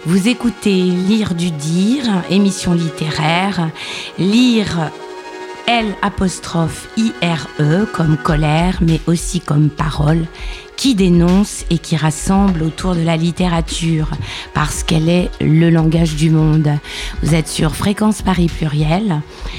Vous écoutez Lire du Dire, émission littéraire. Lire L'-I-R-E comme colère, mais aussi comme parole, qui dénonce et qui rassemble autour de la littérature, parce qu'elle est le langage du monde. Vous êtes sur Fréquence Paris Pluriel,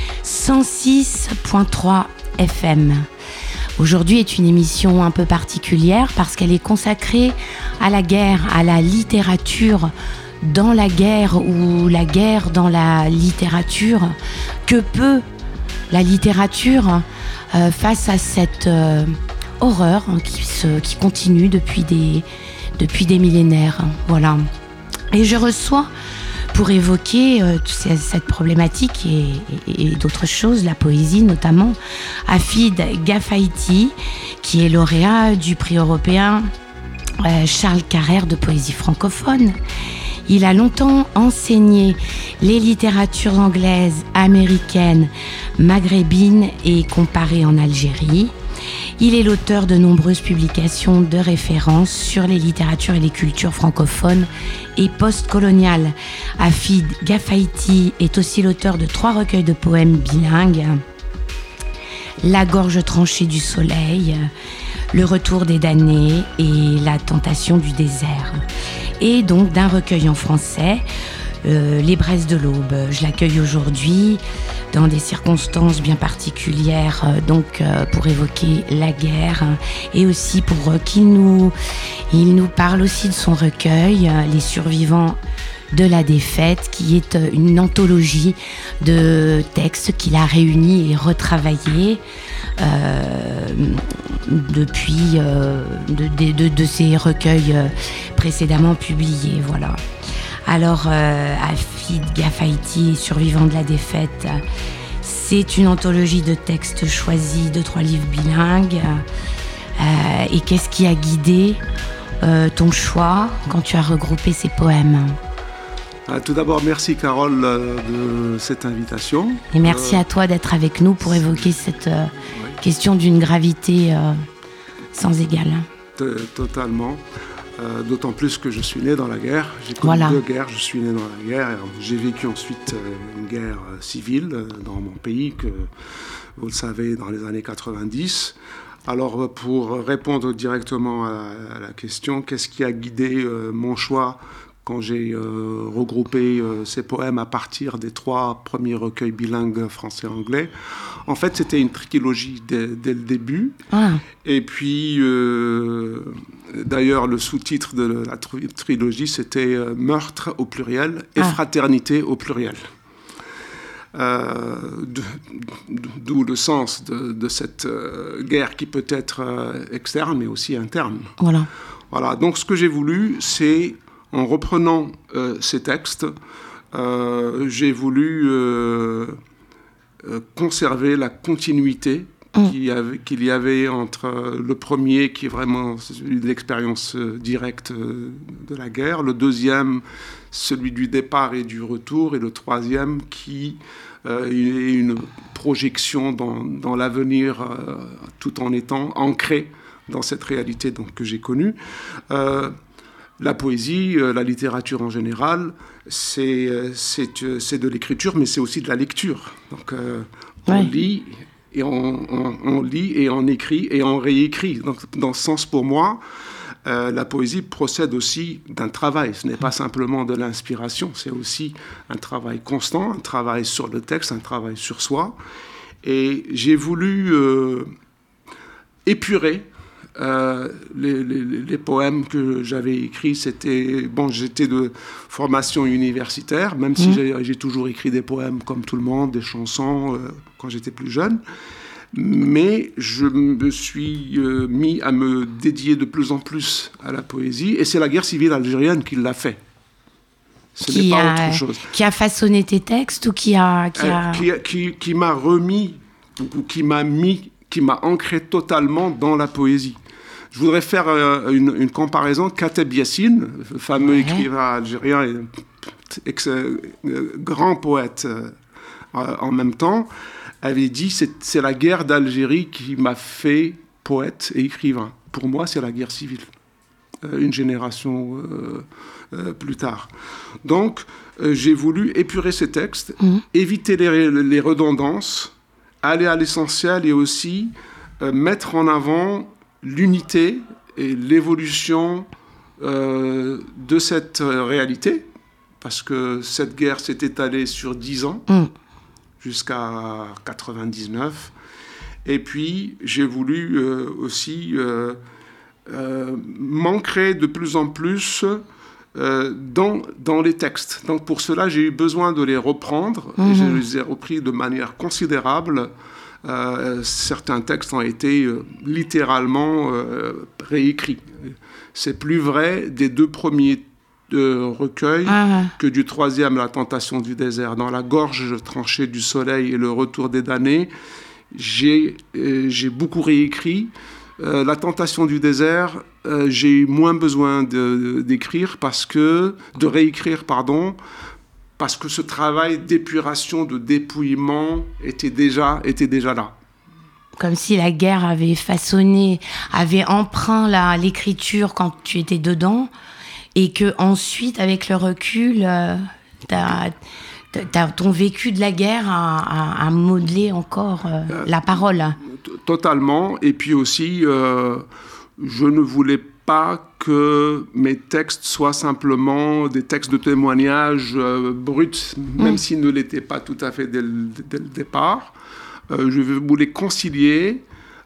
106.3 FM. Aujourd'hui est une émission un peu particulière parce qu'elle est consacrée à la guerre, à la littérature dans la guerre ou la guerre dans la littérature. Que peut la littérature face à cette horreur qui continue depuis des millénaires. Voilà. Et je reçois pour évoquer cette problématique et d'autres choses, la poésie notamment, Hafid Gafaïti, qui est lauréat du prix européen Charles Carrère de poésie francophone. Il a longtemps enseigné les littératures anglaises, américaines, maghrébines et comparées en Algérie. Il est l'auteur de nombreuses publications de référence sur les littératures et les cultures francophones et post-coloniales. Hafid Gafaïti est aussi l'auteur de 3 recueils de poèmes bilingues, La gorge tranchée du soleil, Le retour des damnés et La tentation du désert. Et donc d'un recueil en français, Les braises de l'aube. Je l'accueille aujourd'hui dans des circonstances bien particulières, pour évoquer la guerre et aussi pour il nous parle aussi de son recueil, Les survivants de la défaite, qui est une anthologie de textes qu'il a réunis et retravaillés depuis de ses recueils précédemment publiés. Voilà. Alors, Hafid Gafaïti, Survivant de la défaite, c'est une anthologie de textes choisis de 3 livres bilingues. Et qu'est-ce qui a guidé ton choix quand tu as regroupé ces poèmes ? Tout d'abord, merci Carole de cette invitation. Et merci à toi d'être avec nous pour évoquer cette question d'une gravité sans égale. Totalement. D'autant plus que je suis né dans la guerre. J'ai connu 2 guerres, je suis né dans la guerre. J'ai vécu ensuite une guerre civile dans mon pays, que vous le savez, dans les années 90. Alors, pour répondre directement à la question, qu'est-ce qui a guidé mon choix quand j'ai regroupé ces poèmes à partir des 3 premiers recueils bilingues français-anglais? En fait, c'était une trilogie dès le début. Et puis, d'ailleurs, le sous-titre de la trilogie, c'était « Meurtre » au pluriel et « Fraternité » au pluriel. D'où le sens de cette guerre qui peut être externe, mais aussi interne. Voilà. Donc, ce que j'ai voulu, c'est, en reprenant ces textes, j'ai voulu conserver la continuité qu'il y avait entre le premier, qui est vraiment celui de l'expérience directe de la guerre, le deuxième, celui du départ et du retour, et le troisième qui est une projection dans l'avenir, tout en étant ancré dans cette réalité que j'ai connue. La poésie, la littérature en général, c'est de l'écriture, mais c'est aussi de la lecture. Donc, on lit et on lit et on écrit et on réécrit. Donc, dans ce sens, pour moi, la poésie procède aussi d'un travail. Ce n'est pas simplement de l'inspiration, c'est aussi un travail constant, un travail sur le texte, un travail sur soi. Et j'ai voulu épurer les poèmes que j'avais écrits. J'étais de formation universitaire, même si j'ai toujours écrit des poèmes comme tout le monde, des chansons quand j'étais plus jeune. Mais je me suis mis à me dédier de plus en plus à la poésie, et c'est la guerre civile algérienne qui l'a fait. Ce n'est pas autre chose. Qui a façonné tes textes ou qui m'a remis, ou qui m'a ancré totalement dans la poésie. Je voudrais faire une comparaison. Kateb Yassine, le fameux écrivain algérien et grand poète en même temps, avait dit « c'est la guerre d'Algérie qui m'a fait poète et écrivain. Pour moi, c'est la guerre civile. » une génération plus tard. Donc, j'ai voulu épurer ces textes, éviter les redondances, aller à l'essentiel et aussi mettre en avant l'unité et l'évolution de cette réalité, parce que cette guerre s'est étalée sur 10 ans, jusqu'à 99. Et puis, j'ai voulu aussi m'ancrer de plus en plus dans les textes. Donc, pour cela, j'ai eu besoin de les reprendre. Et je les ai repris de manière considérable. Certains textes ont été littéralement réécrits. C'est plus vrai des 2 premiers recueils que du 3e, La tentation du désert. Dans La gorge tranchée du soleil et Le retour des damnés, j'ai beaucoup réécrit. La tentation du désert, j'ai eu moins besoin de réécrire, parce que ce travail d'épuration, de dépouillement était déjà là. Comme si la guerre avait façonné, avait empreint l'écriture quand tu étais dedans, et que ensuite, avec le recul, ton vécu de la guerre a modelé encore la parole. Totalement. Et puis aussi, je ne voulais pas que mes textes soient simplement des textes de témoignage bruts, même s'ils ne l'étaient pas tout à fait dès le départ. Je voulais concilier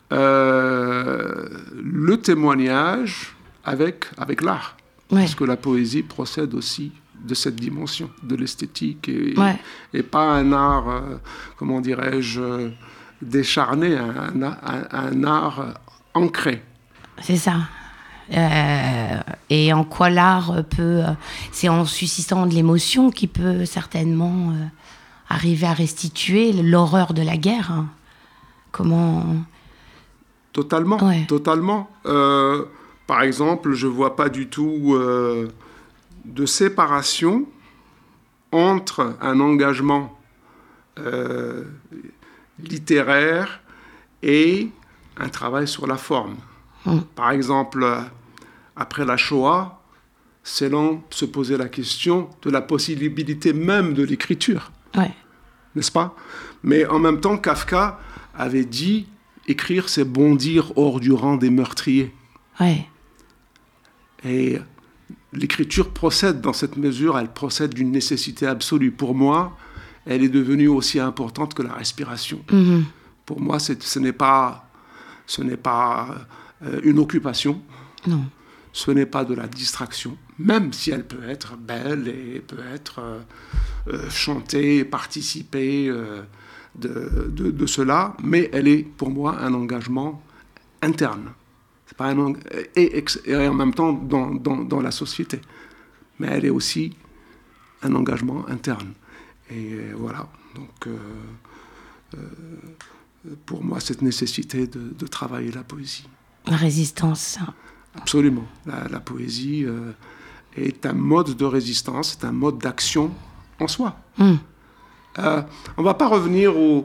le témoignage avec l'art. Ouais. Parce que la poésie procède aussi de cette dimension, de l'esthétique, et pas un art, comment dirais-je, décharné, un art ancré. C'est ça. Et en quoi l'art peut... c'est en suscitant de l'émotion qui peut certainement arriver à restituer l'horreur de la guerre. Hein. Comment... Totalement, totalement. Par exemple, je ne vois pas du tout de séparation entre un engagement littéraire et un travail sur la forme. Par exemple, après la Shoah, Celan se posait la question de la possibilité même de l'écriture. Ouais. N'est-ce pas ? Mais en même temps, Kafka avait dit « Écrire, c'est bondir hors du rang des meurtriers ». Ouais. Et l'écriture procède dans cette mesure, elle procède d'une nécessité absolue. Pour moi, elle est devenue aussi importante que la respiration. Mm-hmm. Pour moi, ce n'est pas une occupation. Non. Ce n'est pas de la distraction, même si elle peut être belle et peut être chantée, participer de cela, mais elle est pour moi un engagement interne. C'est pas et en même temps dans la société. Mais elle est aussi un engagement interne. Et voilà. Donc, pour moi, cette nécessité de travailler la poésie. La résistance. Absolument. La poésie est un mode de résistance, c'est un mode d'action en soi. On ne va pas revenir au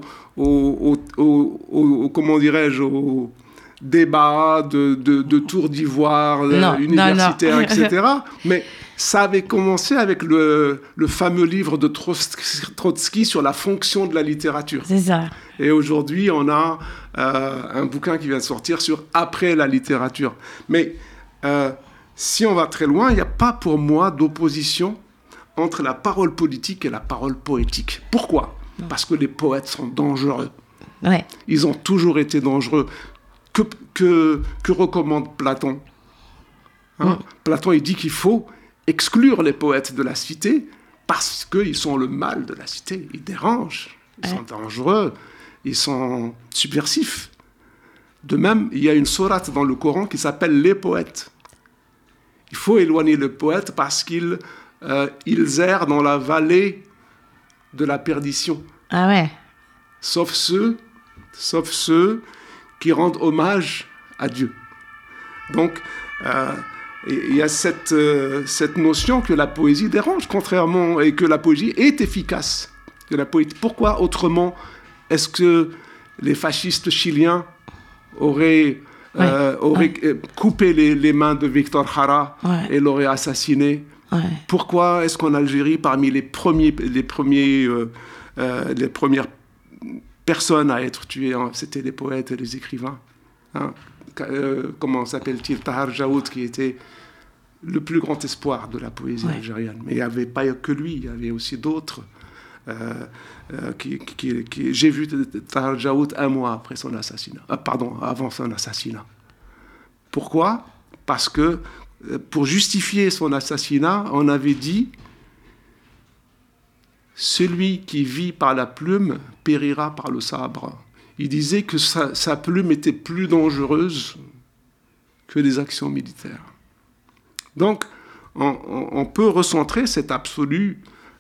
comment dirais-je, au débat de Tour d'Ivoire universitaire, etc. Mais ça avait commencé avec le fameux livre de Trotsky sur la fonction de la littérature. C'est ça. Et aujourd'hui, on a un bouquin qui vient de sortir sur après la littérature. Mais si on va très loin, il n'y a pas pour moi d'opposition entre la parole politique et la parole poétique. Pourquoi ? Parce que les poètes sont dangereux. Ouais. Ils ont toujours été dangereux. Que recommande Platon ? Platon, il dit qu'il faut exclure les poètes de la cité parce qu'ils sont le mal de la cité. Ils dérangent, ils sont dangereux, ils sont subversifs. De même, il y a une sourate dans le Coran qui s'appelle « Les poètes ». Il faut éloigner le poète parce qu'ils errent dans la vallée de la perdition. Ah ouais. Sauf ceux qui rendent hommage à Dieu. Donc, il y a cette notion que la poésie dérange, contrairement, et que la poésie est efficace. Pourquoi autrement est-ce que les fascistes chiliens auraient aurait coupé les mains de Victor Jara et l'aurait assassiné. Pourquoi est-ce qu'en Algérie, parmi les premières personnes à être tuées, c'était les poètes et les écrivains, comment s'appelle-t-il, Tahar Jaoud, qui était le plus grand espoir de la poésie algérienne. Mais il n'y avait pas que lui, il y avait aussi d'autres. J'ai vu Tahar Jaoud un mois après son assassinat. Avant son assassinat. Pourquoi ? Parce que pour justifier son assassinat, on avait dit « Celui qui vit par la plume périra par le sabre ». Il disait que sa plume était plus dangereuse que les actions militaires. Donc, on peut recentrer cette absolue,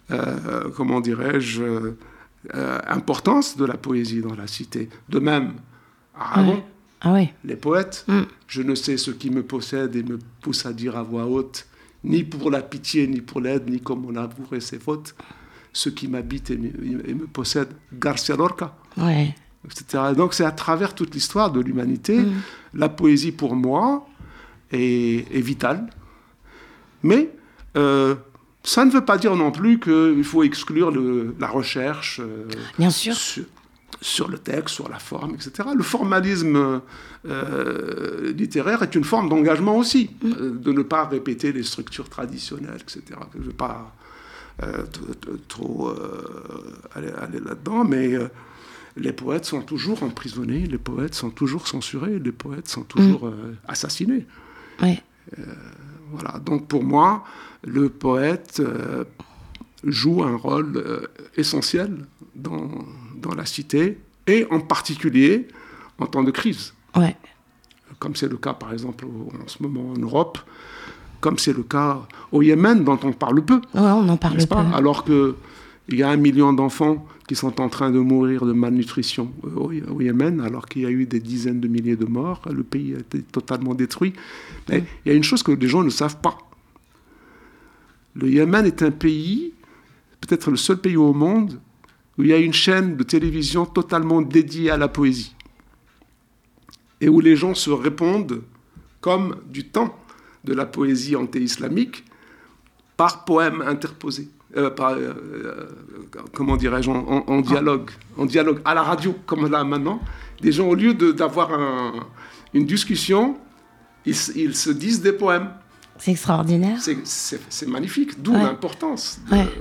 importance de la poésie dans la cité. De même, Aragon, les poètes, je ne sais ce qui me possède et me pousse à dire à voix haute, ni pour la pitié, ni pour l'aide, ni comme on avouerait ses fautes, ce qui m'habite et me possède, Garcia Lorca. Etc. Donc c'est à travers toute l'histoire de l'humanité, la poésie pour moi est vitale. Mais ça ne veut pas dire non plus qu'il faut exclure la recherche Bien sûr. Sur le texte, sur la forme, etc. Le formalisme littéraire est une forme d'engagement aussi, de ne pas répéter les structures traditionnelles, etc. Je ne veux pas trop aller là-dedans, mais les poètes sont toujours emprisonnés, les poètes sont toujours censurés, les poètes sont toujours assassinés. Voilà. Donc pour moi, le poète joue un rôle essentiel dans la cité, et en particulier en temps de crise. Comme c'est le cas, par exemple, en ce moment en Europe, comme c'est le cas au Yémen, dont on parle peu. On en parle peu. Alors qu'il y a 1 million d'enfants qui sont en train de mourir de malnutrition au Yémen, alors qu'il y a eu des dizaines de milliers de morts. Le pays a été totalement détruit. Mais il y a une chose que les gens ne savent pas. Le Yémen est un pays, peut-être le seul pays au monde, où il y a une chaîne de télévision totalement dédiée à la poésie. Et où les gens se répondent comme du temps de la poésie anté-islamique par poèmes interposés. Comment dirais-je, en dialogue à la radio, comme là maintenant. Des gens, au lieu d'avoir une discussion, ils se disent des poèmes. C'est extraordinaire. C'est magnifique, d'où l'importance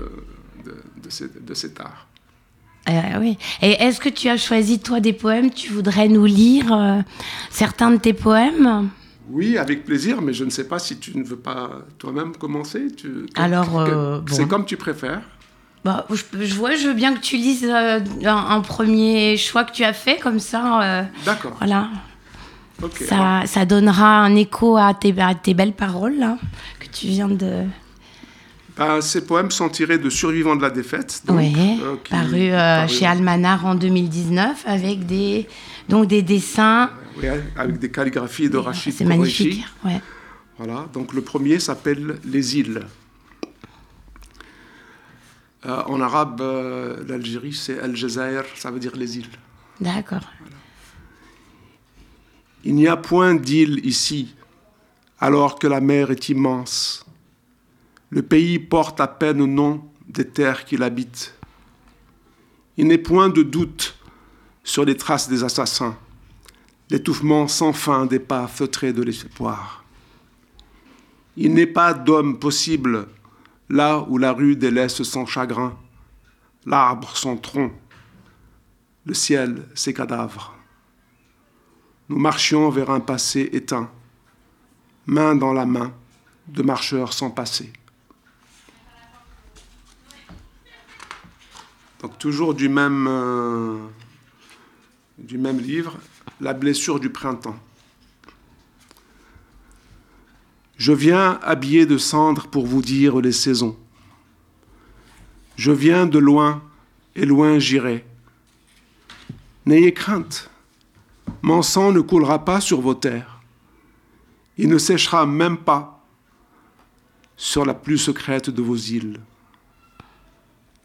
de cet art. Oui. Et est-ce que tu as choisi, toi, des poèmes ? Tu voudrais nous lire certains de tes poèmes ? Oui, avec plaisir, mais je ne sais pas si tu ne veux pas toi-même commencer. C'est comme tu préfères. Je veux bien que tu lises un premier choix que tu as fait, comme ça. D'accord. Voilà. Okay, ça donnera un écho à tes belles paroles là, que tu viens de... ces poèmes sont tirés de Survivants de la défaite. Paru chez Almanar en 2019, avec des dessins... avec des calligraphies de Rachid Kouraïchi. C'est magnifique, Voilà, donc le premier s'appelle « Les îles ». En arabe, l'Algérie, c'est Al Jazair, ça veut dire les îles. D'accord. Voilà. Il n'y a point d'île ici, alors que la mer est immense. Le pays porte à peine nom des terres qu'il habite. Il n'est point de doute sur les traces des assassins, l'étouffement sans fin des pas feutrés de l'espoir. Il n'est pas d'homme possible là où la rue délaisse son chagrin, l'arbre son tronc, le ciel ses cadavres. Nous marchions vers un passé éteint, main dans la main, de marcheurs sans passé. Donc toujours du même livre, La blessure du printemps. Je viens habillé de cendres pour vous dire les saisons. Je viens de loin et loin j'irai. N'ayez crainte, mon sang ne coulera pas sur vos terres. Il ne séchera même pas sur la plus secrète de vos îles.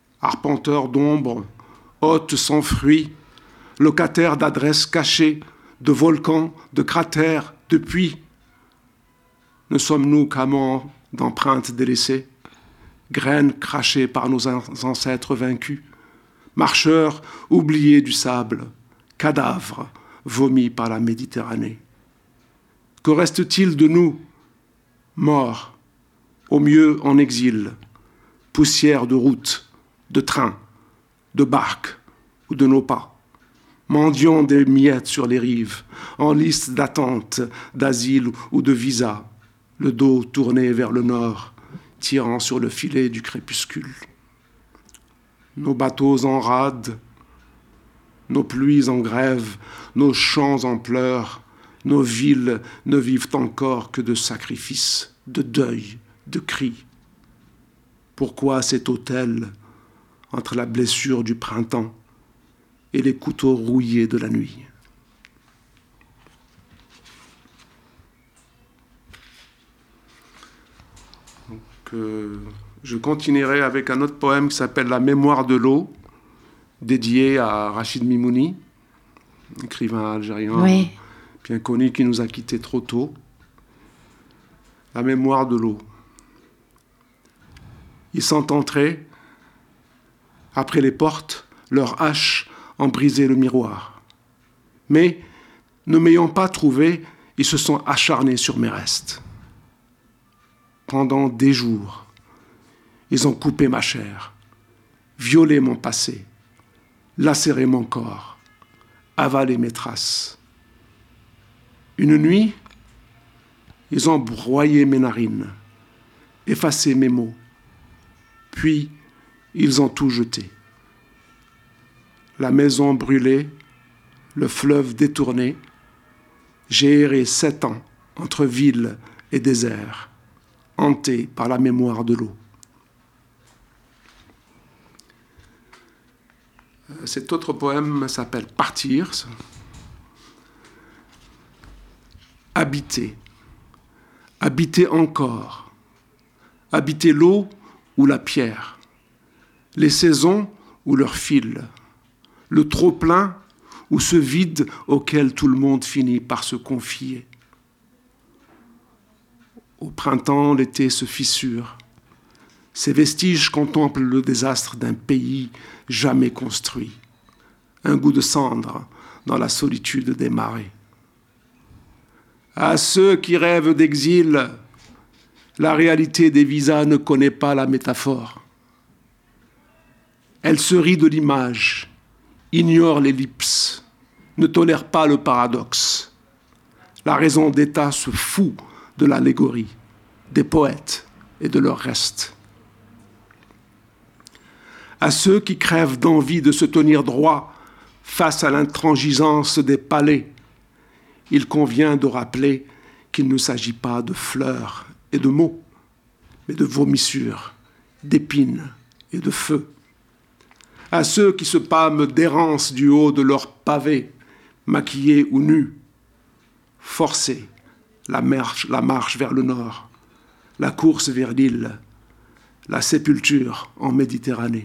Arpenteur d'ombre, hôte sans fruit, locataire d'adresses cachées, de volcans, de cratères, de puits. Ne sommes-nous qu'amants d'empreintes délaissées, graines crachées par nos ancêtres vaincus, marcheurs oubliés du sable, cadavres vomis par la Méditerranée? Que reste-t-il de nous, morts, au mieux en exil, poussière de routes, de trains, de barques ou de nos pas, mendiant des miettes sur les rives, en liste d'attente, d'asile ou de visa, le dos tourné vers le nord, tirant sur le filet du crépuscule. Nos bateaux en rade, nos pluies en grève, nos champs en pleurs, nos villes ne vivent encore que de sacrifices, de deuil, de cris. Pourquoi cet autel entre la blessure du printemps et les couteaux rouillés de la nuit? Je continuerai avec un autre poème qui s'appelle « La mémoire de l'eau », dédié à Rachid Mimouni, écrivain algérien bien connu qui nous a quittés trop tôt. La mémoire de l'eau. Ils sont entrés, après les portes, leurs haches ont brisé le miroir. Mais, ne m'ayant pas trouvé, ils se sont acharnés sur mes restes. Pendant des jours, ils ont coupé ma chair, violé mon passé, lacéré mon corps, avalé mes traces. Une nuit, ils ont broyé mes narines, effacé mes mots, puis ils ont tout jeté. La maison brûlée, le fleuve détourné, j'ai erré 7 ans entre ville et désert, hanté par la mémoire de l'eau. Cet autre poème s'appelle « Partir ». Habiter, habiter encore, habiter l'eau ou la pierre, les saisons ou leur fil, le trop-plein ou ce vide auquel tout le monde finit par se confier. Au printemps, l'été se fissure. Ces vestiges contemplent le désastre d'un pays jamais construit. Un goût de cendre dans la solitude des marées. À ceux qui rêvent d'exil, la réalité des visas ne connaît pas la métaphore. Elle se rit de l'image, ignore l'ellipse, ne tolère pas le paradoxe. La raison d'État se fout de l'allégorie, des poètes et de leurs restes. À ceux qui crèvent d'envie de se tenir droit face à l'intransigeance des palais, il convient de rappeler qu'il ne s'agit pas de fleurs et de mots, mais de vomissures, d'épines et de feu. À ceux qui se pâment d'errance du haut de leurs pavés, maquillés ou nus, forcez la marche vers le nord, la course vers l'île, la sépulture en Méditerranée.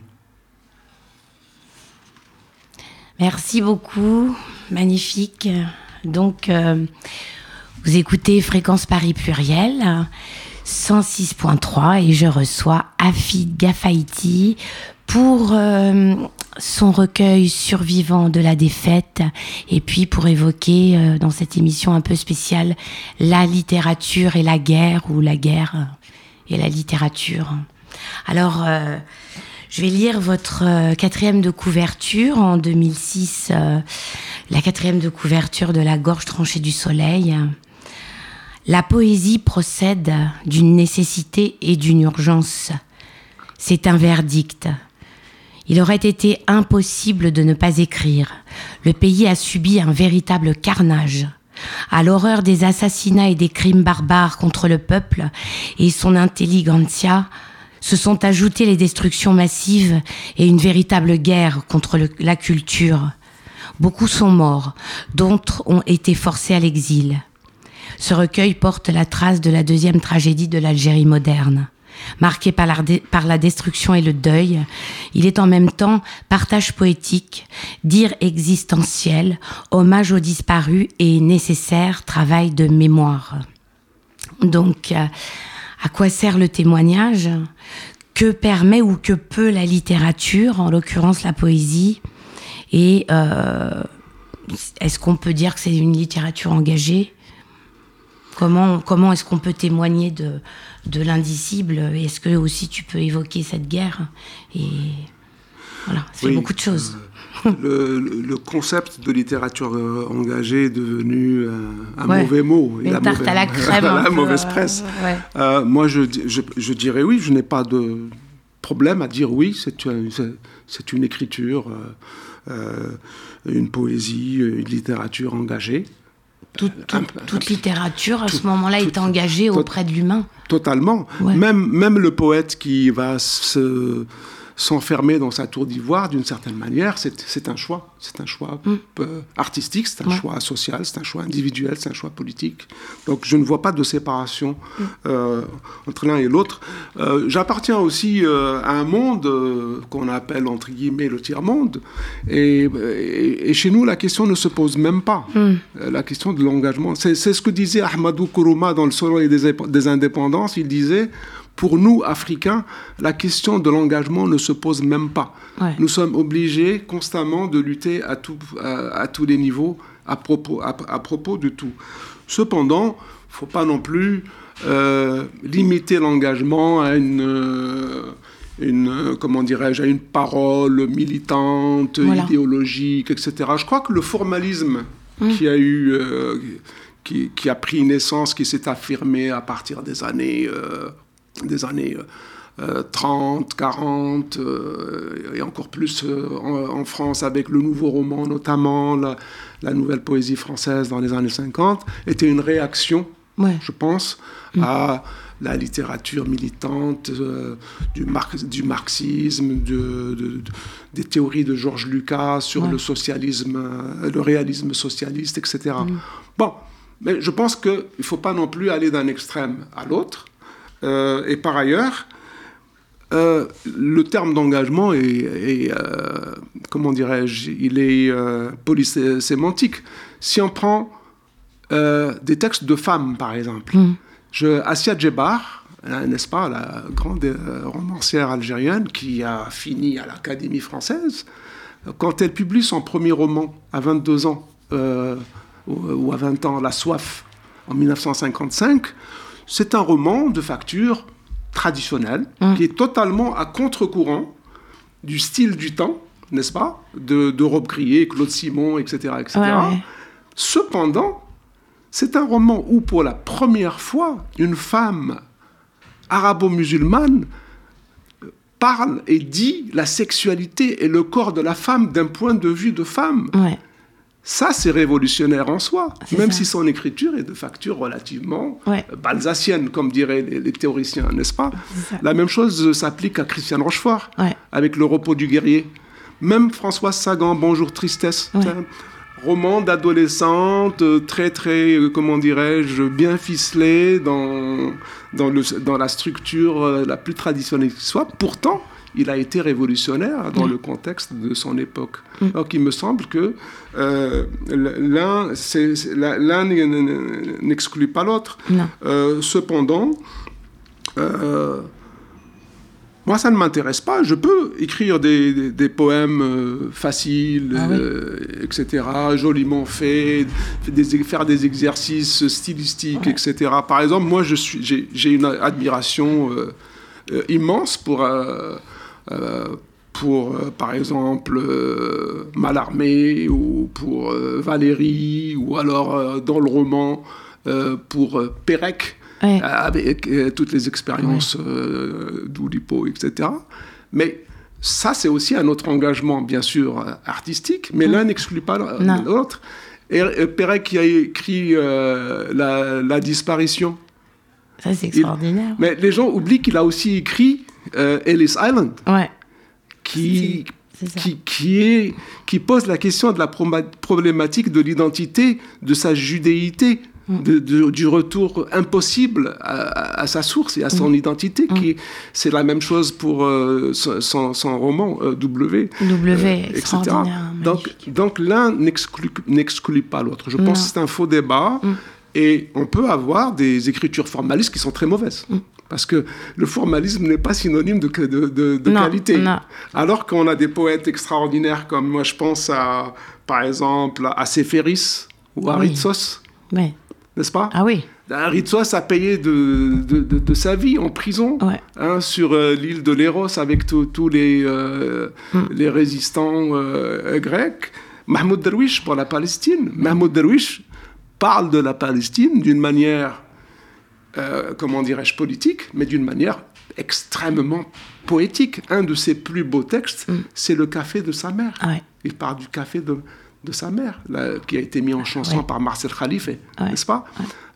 Merci beaucoup, magnifique. Donc, vous écoutez Fréquence Paris Pluriel, 106.3, et je reçois Afid Gafaïti pour son recueil Survivants de la défaite, et puis pour évoquer dans cette émission un peu spéciale la littérature et la guerre, ou la guerre et la littérature. Alors, je vais lire votre 4e de couverture en 2006, la 4e de couverture de La Gorge tranchée du soleil. La poésie procède d'une nécessité et d'une urgence. C'est un verdict. Il aurait été impossible de ne pas écrire. Le pays a subi un véritable carnage. À l'horreur des assassinats et des crimes barbares contre le peuple et son intelligentsia, se sont ajoutées les destructions massives et une véritable guerre contre la culture. Beaucoup sont morts, d'autres ont été forcés à l'exil. Ce recueil porte la trace de la 2e tragédie de l'Algérie moderne. marqué par la destruction et le deuil. Il est en même temps partage poétique, dire existentiel, hommage aux disparus et nécessaire travail de mémoire. Donc, à quoi sert le témoignage ? Que permet ou que peut la littérature, en l'occurrence la poésie ? Et est-ce qu'on peut dire que c'est une littérature engagée ? Comment est-ce qu'on peut témoigner de l'indicible ? Est-ce que aussi tu peux évoquer cette guerre ? Et voilà, ça fait beaucoup de choses. Le concept de littérature engagée est devenu un mauvais mot. Une tarte à la crème. La mauvaise presse. Moi, je dirais oui, je n'ai pas de problème à dire oui, c'est une écriture, une poésie, une littérature engagée. Toute littérature, à ce moment-là, est engagée auprès de l'humain. Totalement. Ouais. Même le poète qui va s'enfermer dans sa tour d'ivoire, d'une certaine manière, c'est un choix. C'est un choix artistique, c'est un choix social, c'est un choix individuel, c'est un choix politique. Donc je ne vois pas de séparation entre l'un et l'autre. J'appartiens aussi à un monde qu'on appelle, entre guillemets, le tiers-monde. Et chez nous, la question ne se pose même pas. La question de l'engagement. C'est ce que disait Ahmadou Kourouma dans le Soleil des indépendances. Il disait... Pour nous, Africains, la question de l'engagement ne se pose même pas. Ouais. Nous sommes obligés constamment de lutter à tous les niveaux à propos de tout. Cependant, il ne faut pas non plus limiter l'engagement à comment dirais-je, à une parole militante, idéologique, etc. Je crois que le formalisme qui a pris naissance, qui s'est affirmé à partir des années 30, 40, et encore plus en France avec le nouveau roman, notamment la nouvelle poésie française dans les années 50, était une réaction, je pense, à la littérature militante du marxisme, des théories de Georges Lucas sur le socialisme, le réalisme socialiste, etc. Bon, mais je pense qu'il ne faut pas non plus aller d'un extrême à l'autre. Et par ailleurs, le terme d'engagement est comment dirais-je, il est polysémantique. Si on prend des textes de femmes, par exemple, Assia Djebar, n'est-ce pas, la grande romancière algérienne qui a fini à l'Académie française, quand elle publie son premier roman à 22 ans, ou à 20 ans, La Soif, en 1955, c'est un roman de facture traditionnelle qui est totalement à contre-courant du style du temps, n'est-ce pas, de Robbe-Grillet, Claude Simon, etc. etc. Ouais. Cependant, c'est un roman où, pour la première fois, une femme arabo-musulmane parle et dit la sexualité et le corps de la femme d'un point de vue de femme. Ouais. Ça, c'est révolutionnaire en soi, même si son écriture est de facture relativement balsacienne, comme diraient les théoriciens, n'est-ce pas ? La même chose s'applique à Christiane Rochefort, avec Le repos du guerrier. Même Françoise Sagan, Bonjour Tristesse, roman d'adolescente, très, très, comment dirais-je, bien ficelé dans la structure la plus traditionnelle qui soit. Pourtant, il a été révolutionnaire dans le contexte de son époque. Donc il me semble que l'un n'exclut pas l'autre. Cependant, moi, ça ne m'intéresse pas. Je peux écrire des poèmes faciles, etc., joliment faits, faire des exercices stylistiques, etc. Par exemple, moi, j'ai une admiration immense pour par exemple, Mallarmé ou pour Valéry, ou alors dans le roman pour Pérec, avec toutes les expériences d'Oulipo, etc. Mais ça, c'est aussi un autre engagement, bien sûr, artistique, mais l'un n'exclut pas l'autre. Et Pérec qui a écrit la disparition. Ça, c'est extraordinaire. Mais les gens oublient qu'il a aussi écrit Ellis Island. Qui pose la question de la problématique de l'identité, de sa judéité, du retour impossible à sa source et à son identité. C'est la même chose pour son roman W, etc. Donc l'un n'exclut pas l'autre. Je pense que c'est un faux débat et on peut avoir des écritures formalistes qui sont très mauvaises. Parce que le formalisme n'est pas synonyme de qualité. Non. Alors qu'on a des poètes extraordinaires comme moi je pense par exemple à Séphéris ou à Ritsos. Oui. N'est-ce pas? Ah oui. Ritsos a payé de sa vie en prison sur l'île de Léros avec tous les résistants grecs. Mahmoud Darwish pour la Palestine. Mahmoud Darwish parle de la Palestine d'une manière, comment dirais-je, politique, mais d'une manière extrêmement poétique. Un de ses plus beaux textes, c'est Le café de sa mère. Ah ouais. Il parle du café de sa mère, qui a été mis en chanson par Marcel Khalife, n'est-ce pas?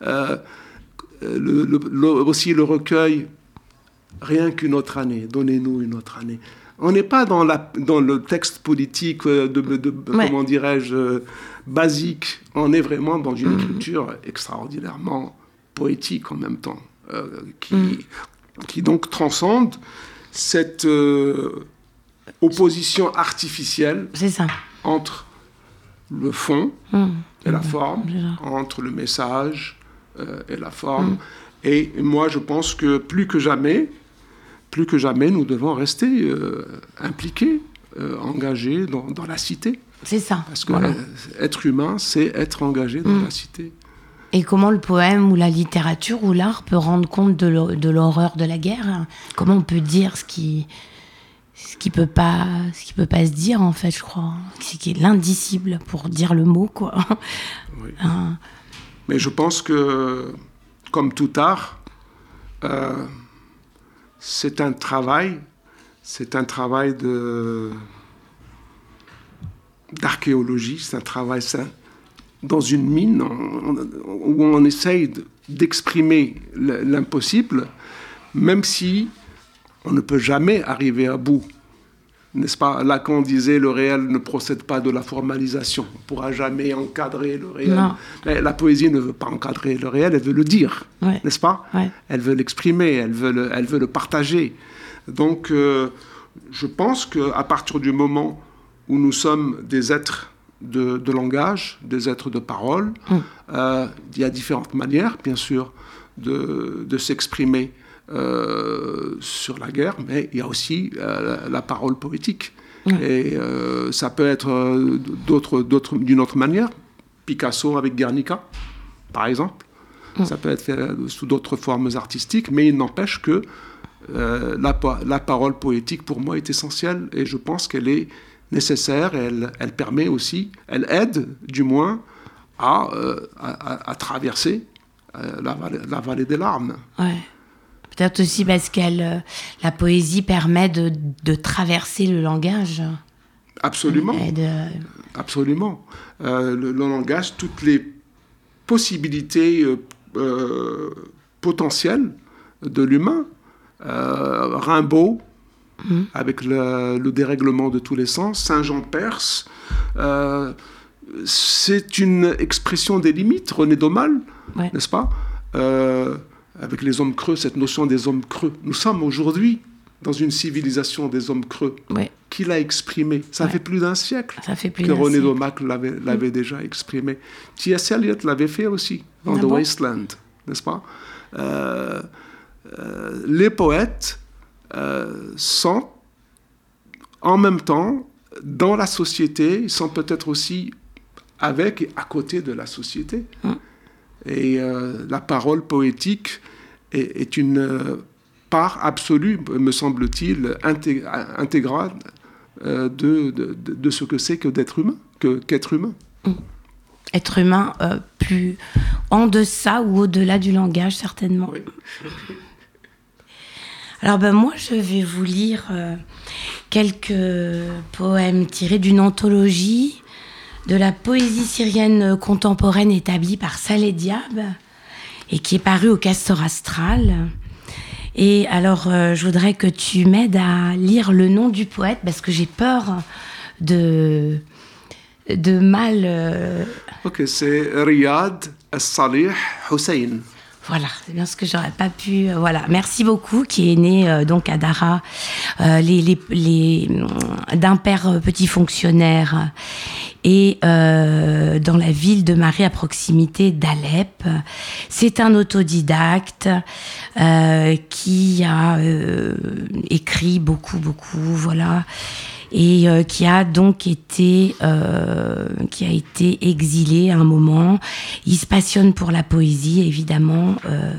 Aussi le recueil « Rien qu'une autre année, donnez-nous une autre année ». On n'est pas dans le texte politique comment dirais-je, basique. On est vraiment dans une écriture extraordinairement poétique en même temps, qui donc transcende cette opposition artificielle entre le fond et la forme, entre le message et la forme. Et moi, je pense que plus que jamais, nous devons rester impliqués, engagés dans la cité. C'est ça. Parce que être humain, c'est être engagé dans la cité. Et comment le poème ou la littérature ou l'art peut rendre compte de l'horreur de la guerre? Comment on peut dire ce qui peut pas se dire, en fait, je crois. Ce qui est l'indicible, pour dire le mot, quoi. Oui. Mais je pense que, comme tout art, c'est un travail d'archéologie, c'est un travail dans une mine où on essaye d'exprimer l'impossible, même si on ne peut jamais arriver à bout. N'est-ce pas? Lacan disait le réel ne procède pas de la formalisation. On ne pourra jamais encadrer le réel. Non. Mais la poésie ne veut pas encadrer le réel, elle veut le dire, n'est-ce pas? Elle veut l'exprimer, elle veut le partager. Donc, je pense qu'à partir du moment où nous sommes des êtres de langage, des êtres de parole, il y a différentes manières, bien sûr, de s'exprimer sur la guerre, mais il y a aussi la parole poétique. Et ça peut être d'une autre manière. Picasso avec Guernica, par exemple. Ça peut être fait sous d'autres formes artistiques, mais il n'empêche que la parole poétique, pour moi, est essentielle, et je pense qu'elle est nécessaire, et elle permet aussi, elle aide, du moins, à traverser la vallée des larmes. Ouais. Peut-être aussi parce la poésie permet de traverser le langage. Absolument. Absolument. Le langage, toutes les possibilités potentielles de l'humain. Rimbaud, avec le dérèglement de tous les sens. Saint-Jean-Perse. C'est une expression des limites. René Daumal, n'est-ce pas? Avec les hommes creux, cette notion des hommes creux. Nous sommes aujourd'hui dans une civilisation des hommes creux. Qui l'a exprimé? Ça fait plus d'un siècle que René Daumal l'avait déjà exprimé. T.S. Eliot l'avait fait aussi, dans The Wasteland, n'est-ce pas? Les poètes sont en même temps dans la société, ils sont peut-être aussi avec et à côté de la société. Et la parole poétique est une part absolue, me semble-t-il, intégrale de ce que c'est que d'être humain, qu'être humain. Être humain plus en deçà ou au-delà du langage, certainement. Oui. Alors moi, je vais vous lire quelques poèmes tirés d'une anthologie de la poésie syrienne contemporaine établie par Saleh Diab et qui est parue au Castor Astral. Et alors, je voudrais que tu m'aides à lire le nom du poète parce que j'ai peur de de mal. Ok, c'est Riyad Salih Hussein. Voilà, c'est bien ce que j'aurais pas pu. Voilà, merci beaucoup, qui est né donc à Daraa, d'un père petit fonctionnaire et dans la ville de Marie à proximité d'Alep. C'est un autodidacte qui a écrit beaucoup, voilà. Et qui a donc été exilé à un moment. Il se passionne pour la poésie, évidemment.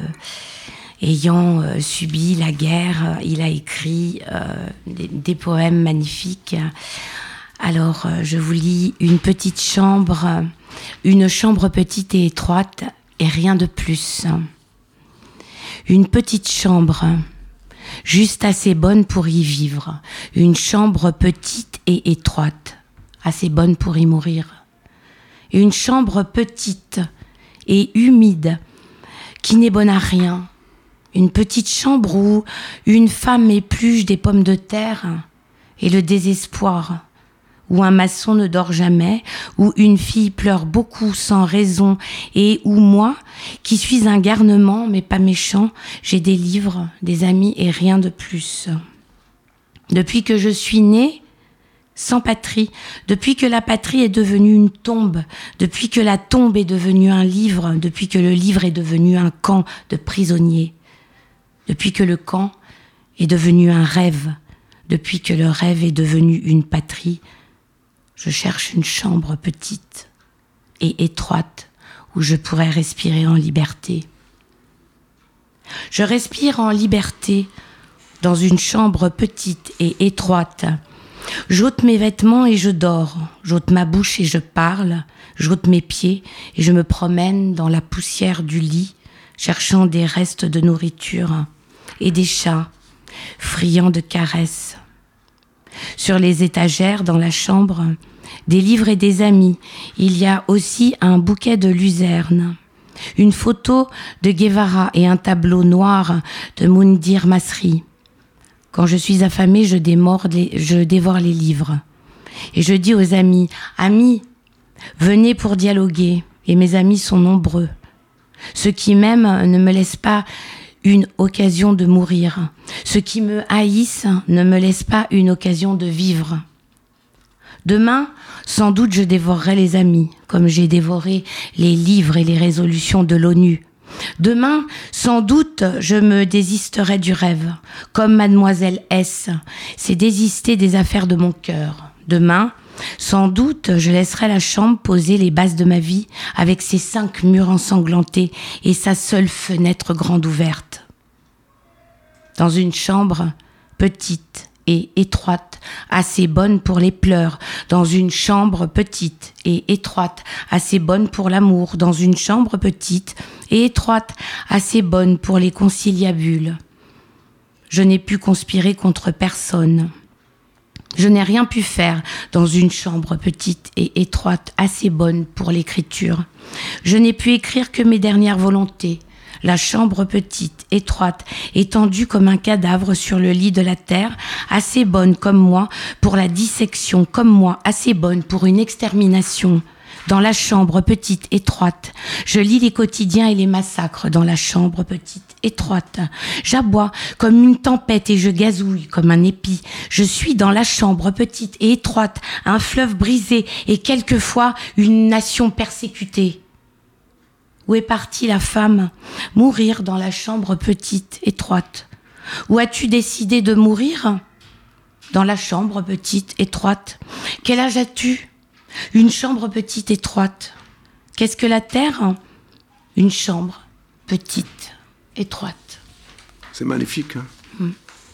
Ayant subi la guerre, il a écrit des poèmes magnifiques. Alors, je vous lis une chambre petite et étroite, et rien de plus. Une petite chambre, juste assez bonne pour y vivre. Une chambre petite et étroite, assez bonne pour y mourir. Une chambre petite et humide, qui n'est bonne à rien. Une petite chambre où une femme épluche des pommes de terre et le désespoir, où un maçon ne dort jamais, où une fille pleure beaucoup sans raison, et où moi, qui suis un garnement mais pas méchant, j'ai des livres, des amis et rien de plus. Depuis que je suis née, sans patrie, depuis que la patrie est devenue une tombe, depuis que la tombe est devenue un livre, depuis que le livre est devenu un camp de prisonniers, depuis que le camp est devenu un rêve, depuis que le rêve est devenu une patrie, je cherche une chambre petite et étroite où je pourrais respirer en liberté. Je respire en liberté dans une chambre petite et étroite. J'ôte mes vêtements et je dors. J'ôte ma bouche et je parle. J'ôte mes pieds et je me promène dans la poussière du lit, cherchant des restes de nourriture et des chats, friands de caresses. Sur les étagères dans la chambre, des livres et des amis. Il y a aussi un bouquet de luzerne, une photo de Guevara et un tableau noir de Moundir Masri. Quand je suis affamée, je dévore les livres. Et je dis aux amis, « Amis, venez pour dialoguer. » Et mes amis sont nombreux. Ceux qui m'aiment ne me laissent pas une occasion de mourir. Ceux qui me haïssent ne me laissent pas une occasion de vivre. Demain, sans doute, je dévorerai les amis, comme j'ai dévoré les livres et les résolutions de l'ONU. Demain, sans doute, je me désisterai du rêve, comme mademoiselle S. C'est désister des affaires de mon cœur. Demain, sans doute, je laisserai la chambre poser les bases de ma vie, avec ses 5 murs ensanglantés et sa seule fenêtre grande ouverte. Dans une chambre petite et étroite, assez bonne pour les pleurs, dans une chambre petite et étroite, assez bonne pour l'amour, dans une chambre petite et étroite, assez bonne pour les conciliabules. Je n'ai pu conspirer contre personne. Je n'ai rien pu faire dans une chambre petite et étroite, assez bonne pour l'écriture. Je n'ai pu écrire que mes dernières volontés. La chambre petite, étroite, étendue comme un cadavre sur le lit de la terre, assez bonne comme moi pour la dissection, comme moi, assez bonne pour une extermination. Dans la chambre petite, étroite, je lis les quotidiens et les massacres dans la chambre petite, étroite. J'aboie comme une tempête et je gazouille comme un épi. Je suis dans la chambre petite et étroite, un fleuve brisé et quelquefois une nation persécutée. Où est partie la femme? Mourir dans la chambre petite, étroite. Où as-tu décidé de mourir? Dans la chambre petite, étroite. Quel âge as-tu? Une chambre petite, étroite. Qu'est-ce que la terre? Une chambre petite, étroite. C'est magnifique, hein?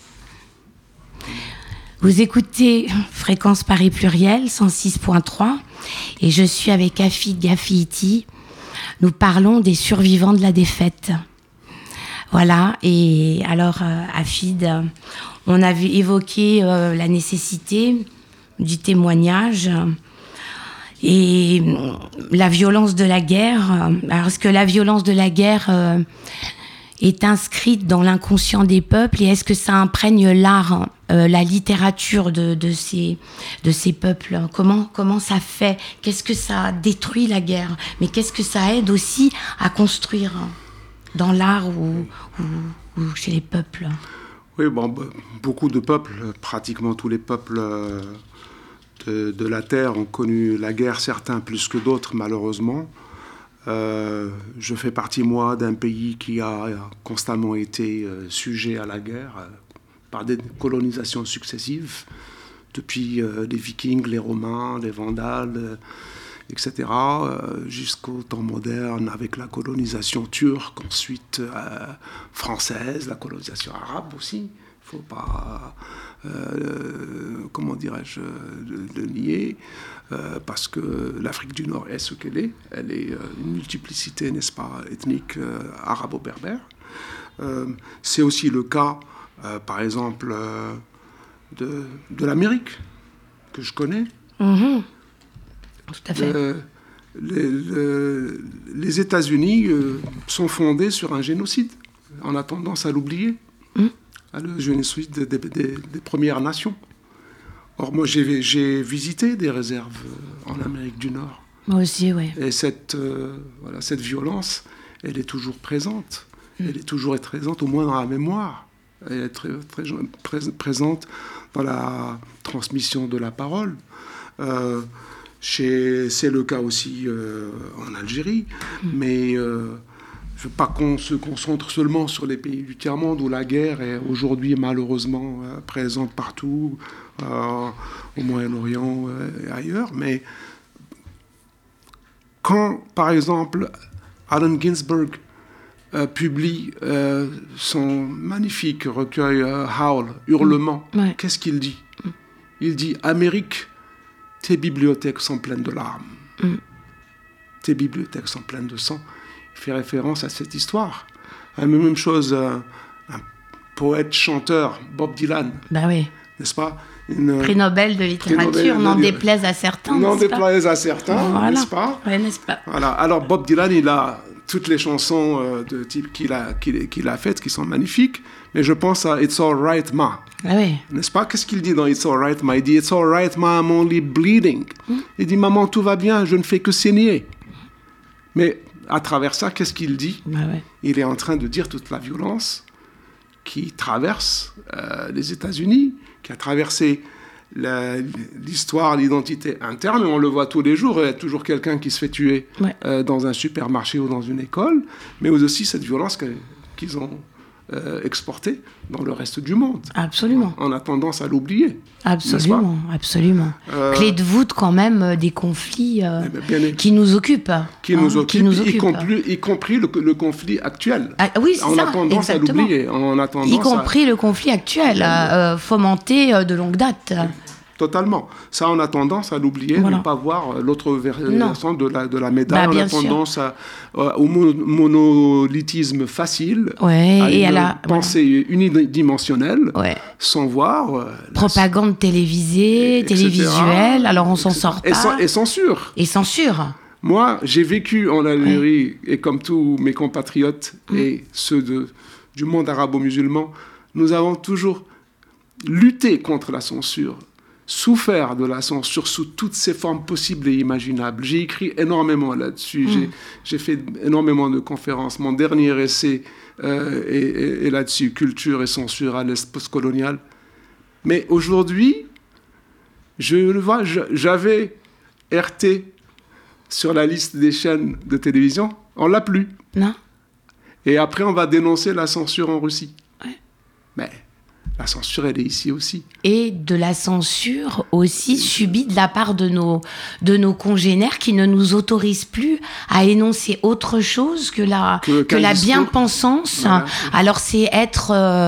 Vous écoutez Fréquence Paris Pluriel, 106.3, et je suis avec Hafid Gafihiti. Nous parlons des survivants de la défaite. Voilà, et alors, Hafid, on avait évoqué la nécessité du témoignage et la violence de la guerre. Parce que la violence de la guerre, est inscrite dans l'inconscient des peuples et est-ce que ça imprègne l'art, la littérature de ces peuples? Comment ça fait? Qu'est-ce que ça détruit la guerre? Mais qu'est-ce que ça aide aussi à construire dans l'art ou chez les peuples? Oui, beaucoup de peuples, pratiquement tous les peuples de la Terre ont connu la guerre, certains plus que d'autres malheureusement. Je fais partie, moi, d'un pays qui a constamment été sujet à la guerre par des colonisations successives, depuis les Vikings, les Romains, les Vandales, etc., jusqu'au temps moderne avec la colonisation turque, ensuite française, la colonisation arabe aussi. Il ne faut pas, comment dirais-je, le nier. Parce que l'Afrique du Nord est ce qu'elle est. Elle est une multiplicité, n'est-ce pas, ethnique arabo-berbère. C'est aussi le cas, par exemple, de l'Amérique, que je connais. Mmh. Tout à fait. Les États-Unis sont fondés sur un génocide. On a tendance à l'oublier. Le génocide des Premières Nations. Or, moi, j'ai visité des réserves en Amérique du Nord. Moi aussi, oui. Et cette violence, elle est toujours présente. Elle est toujours présente, au moins dans la mémoire. Elle est très, très présente dans la transmission de la parole. C'est le cas aussi en Algérie. Mais je ne veux pas qu'on se concentre seulement sur les pays du tiers-monde où la guerre est aujourd'hui malheureusement présente partout, au Moyen-Orient et ailleurs. Mais quand, par exemple, Allen Ginsberg publie son magnifique recueil Howl, Hurlement, qu'est-ce qu'il dit? Il dit « Amérique, tes bibliothèques sont pleines de larmes. Tes bibliothèques sont pleines de sang. » Il fait référence à cette histoire. La même chose, un poète, chanteur, Bob Dylan. Ben oui. N'est-ce pas? Prix Nobel de littérature, n'en déplaise à certains. N'en déplaise à certains, voilà. N'est-ce pas? Oui, n'est-ce pas? Voilà. Alors Bob Dylan, il a toutes les chansons de type qu'il a faites, qui sont magnifiques, mais je pense à It's All Right Ma. Ah oui. N'est-ce pas? Qu'est-ce qu'il dit dans It's All Right Ma? Il dit It's All Right Ma, I'm only bleeding. Il dit maman, tout va bien, je ne fais que saigner. Mais à travers ça, qu'est-ce qu'il dit? Il est en train de dire toute la violence qui traverse les États-Unis, qui a traversé l'histoire, l'identité interne, et on le voit tous les jours, il y a toujours quelqu'un qui se fait tuer dans un supermarché ou dans une école, mais aussi cette violence qu'ils ont exportée dans le reste du monde. Absolument. On a tendance à l'oublier. Absolument, absolument. Clé de voûte quand même des conflits qui nous occupent. Qui nous occupent, y compris le conflit actuel. Ah, oui, c'est on ça, a tendance exactement. à l'oublier. Y compris le conflit actuel, fomenté de longue date. Totalement. Ça, on a tendance à l'oublier, ne pas voir l'autre versant de la médaille. On a tendance au monolithisme facile, et à la pensée unidimensionnelle, sans voir... propagande télévisuelle, alors on s'en sort pas. Et censure. Et censure. Moi, j'ai vécu en Algérie, et comme tous mes compatriotes et ceux du monde arabo-musulman, nous avons toujours lutté contre la censure, souffert de la censure sous toutes ses formes possibles et imaginables. J'ai écrit énormément là-dessus, j'ai fait énormément de conférences. Mon dernier essai est là-dessus, Culture et censure à l'Est postcolonial. Mais aujourd'hui, je le vois, j'avais RT sur la liste des chaînes de télévision, on l'a plus. Non. Et après, on va dénoncer la censure en Russie. Mais la censure, elle est ici aussi. Et de la censure aussi subie de la part de nos congénères qui ne nous autorisent plus à énoncer autre chose que la bien-pensance. Voilà. Alors c'est être,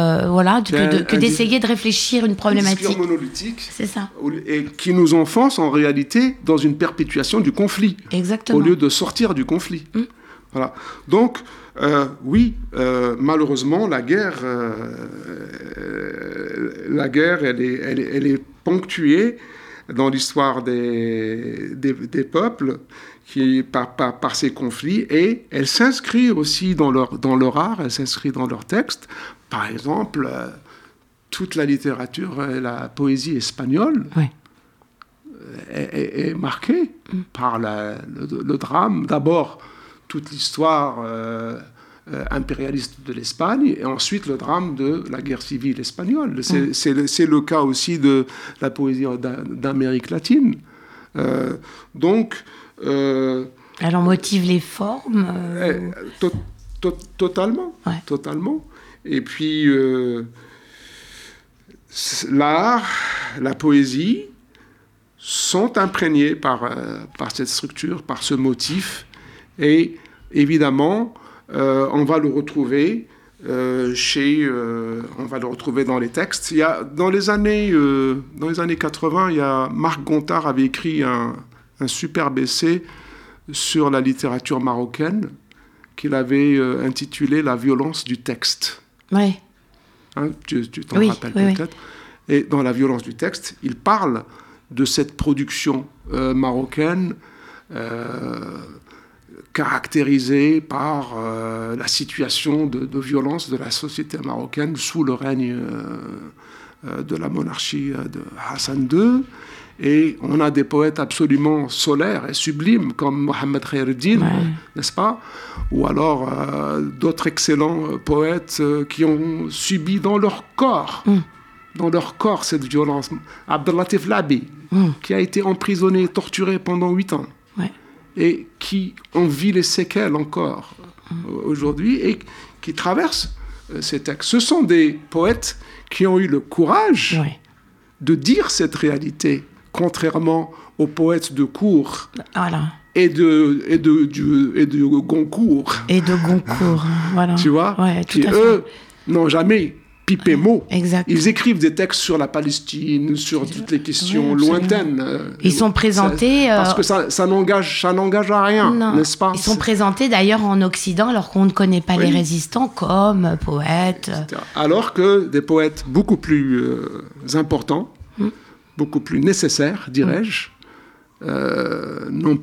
que d'essayer de réfléchir une problématique. Un discours monolithique. C'est ça. Et qui nous enfonce en réalité dans une perpétuation du conflit. Exactement. Au lieu de sortir du conflit. Voilà. Donc, malheureusement, la guerre, elle est ponctuée dans l'histoire des peuples par ces conflits, et elle s'inscrit aussi dans leur art, elle s'inscrit dans leurs textes. Par exemple, toute la littérature et la poésie espagnole est marquée par le drame. D'abord, toute l'histoire impérialiste de l'Espagne, et ensuite le drame de la guerre civile espagnole. C'est le cas aussi de la poésie d'Amérique latine. Donc... elle en motive les formes totalement. Et puis, l'art, la poésie sont imprégnés par cette structure, par ce motif. Et évidemment, on va le retrouver on va le retrouver dans les textes. Dans les années 80, Marc Gontard avait écrit un superbe essai sur la littérature marocaine qu'il avait intitulé « La violence du texte ». Oui. Hein, tu t'en rappelles peut-être. Oui. Et dans « La violence du texte », il parle de cette production marocaine caractérisée par la situation de violence de la société marocaine sous le règne de la monarchie de Hassan II. Et on a des poètes absolument solaires et sublimes comme Mohamed Khaireddine, n'est-ce pas? Ou alors d'autres excellents poètes qui ont subi dans leur corps cette violence. Abdellatif Labi, qui a été emprisonné, torturé pendant 8 ans. Et qui en vit les séquelles encore aujourd'hui et qui traversent ces textes. Ce sont des poètes qui ont eu le courage de dire cette réalité, contrairement aux poètes de cour et de Goncourt. Et de Goncourt, voilà. Tu vois, qui eux n'ont jamais pipé mot. Exact. Ils écrivent des textes sur la Palestine, sur toutes les questions lointaines. Ils sont présentés... parce que ça n'engage à rien, n'est-ce pas? Ils sont présentés d'ailleurs en Occident alors qu'on ne connaît pas les résistants comme poètes. Alors que des poètes beaucoup plus importants, beaucoup plus nécessaires, dirais-je, n'ont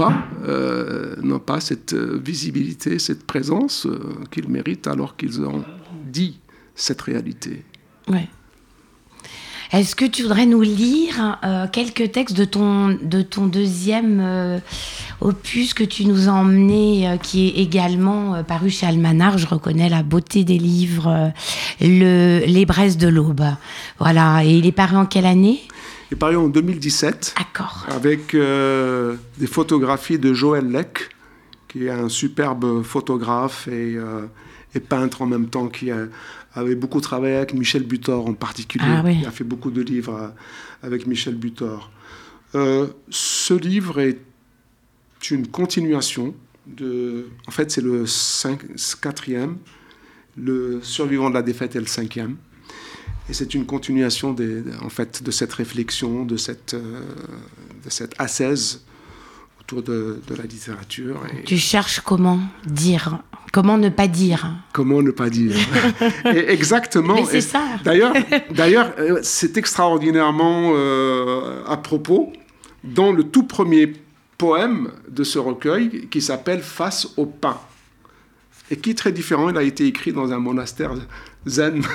pas cette visibilité, cette présence qu'ils méritent alors qu'ils ont dit cette réalité. Ouais. Est-ce que tu voudrais nous lire quelques textes de ton deuxième opus que tu nous as emmené, qui est également paru chez Almanach? Je reconnais la beauté des livres, Les braises de l'aube. Voilà. Et il est paru en quelle année? Il est paru en 2017. D'accord. Avec des photographies de Joël Lec, qui est un superbe photographe et peintre en même temps, qui avait beaucoup travaillé avec Michel Butor en particulier. Il a fait beaucoup de livres avec Michel Butor. Ce livre est une continuation en fait, c'est le 4e. Le survivant de la défaite est le 5e. Et c'est une continuation en fait, de cette réflexion, de cette ascèse autour de la littérature. Tu cherches comment dire, comment ne pas dire. Comment ne pas dire. Et exactement. Mais c'est ça. D'ailleurs, c'est extraordinairement à propos dans le tout premier poème de ce recueil qui s'appelle « Face au pain ». Et qui est très différent. Il a été écrit dans un monastère zen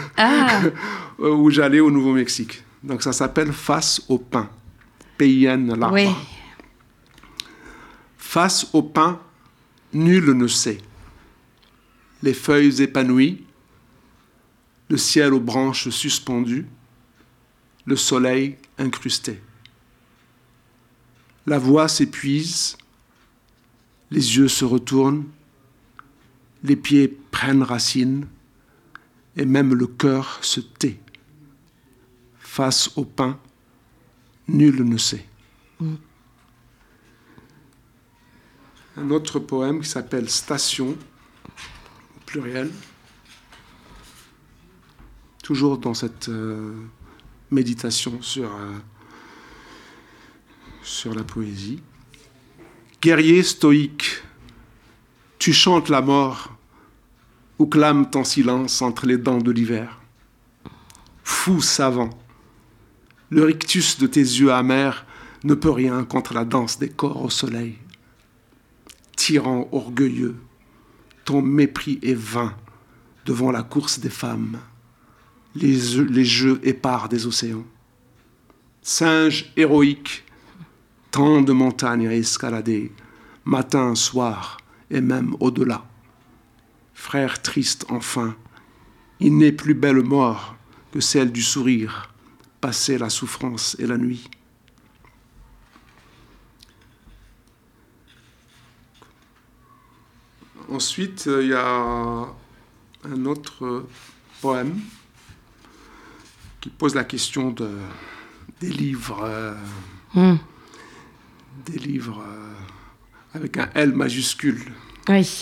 où j'allais au Nouveau-Mexique. Donc ça s'appelle « Face au pain ». P-I-N, l'arbre. Oui. Face au pain, nul ne sait. Les feuilles épanouies, le ciel aux branches suspendues, le soleil incrusté. La voix s'épuise, les yeux se retournent, les pieds prennent racine, et même le cœur se tait. Face au pain, nul ne sait. Un autre poème qui s'appelle « Station », au pluriel, toujours dans cette méditation sur la poésie. Guerrier stoïque, tu chantes la mort ou clames ton silence entre les dents de l'hiver. Fou savant, le rictus de tes yeux amers ne peut rien contre la danse des corps au soleil. Tyran orgueilleux, ton mépris est vain devant la course des femmes, les jeux épars des océans. Singe héroïque, tant de montagnes à escalader, matin, soir et même au-delà. Frère triste enfin, il n'est plus belle mort que celle du sourire, passer la souffrance et la nuit. Ensuite, il y a un autre poème qui pose la question des livres, des livres avec un L majuscule. Oui.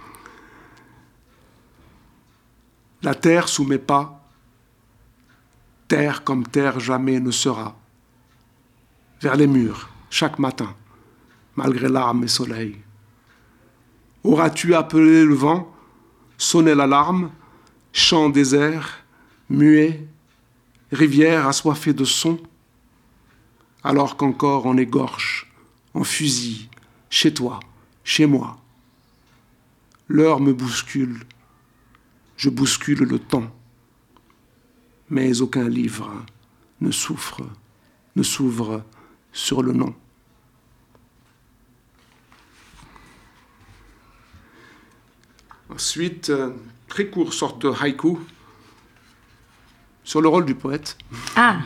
La terre sous mes pas, terre comme terre jamais ne sera. Vers les murs, chaque matin, malgré larmes et soleil. Auras-tu appelé le vent, sonné l'alarme, chant désert, muet, rivière assoiffée de son, alors qu'encore on égorge, on fusille, chez toi, chez moi. L'heure me bouscule, je bouscule le temps, mais aucun livre ne s'ouvre sur le nom. Ensuite, très court, sorte de haïku sur le rôle du poète. Ah.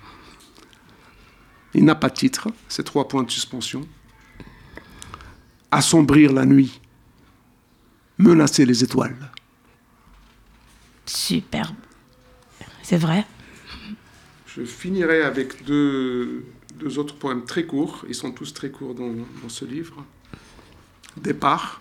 Il n'a pas de titre, c'est 3 points de suspension. Assombrir la nuit, menacer les étoiles. Superbe. C'est vrai. Je finirai avec deux autres poèmes très courts. Ils sont tous très courts dans ce livre. Départ.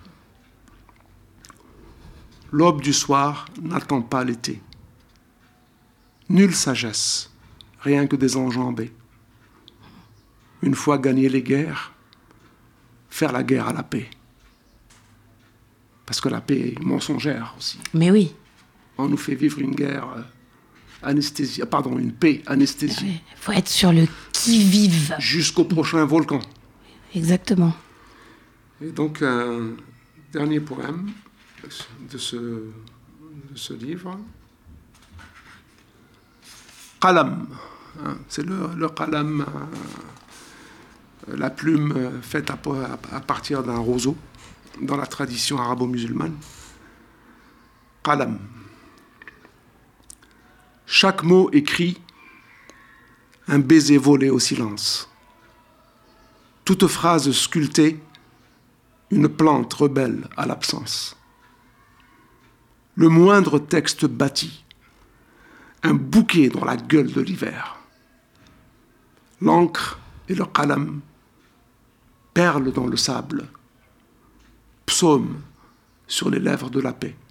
L'aube du soir n'attend pas l'été. Nulle sagesse, rien que des enjambées. Une fois gagné les guerres, faire la guerre à la paix. Parce que la paix est mensongère aussi. Mais oui. On nous fait vivre une guerre une paix anesthésiée. Il faut être sur le qui-vive. Jusqu'au prochain volcan. Exactement. Et donc, un dernier poème de ce livre. Qalam, c'est le qalam, la plume faite à partir d'un roseau dans la tradition arabo-musulmane. Qalam. Chaque mot écrit, un baiser volé au silence. Toute phrase sculptée, une plante rebelle à l'absence. Le moindre texte bâti, un bouquet dans la gueule de l'hiver. L'encre et le qalam, perles dans le sable, psaume sur les lèvres de la paix.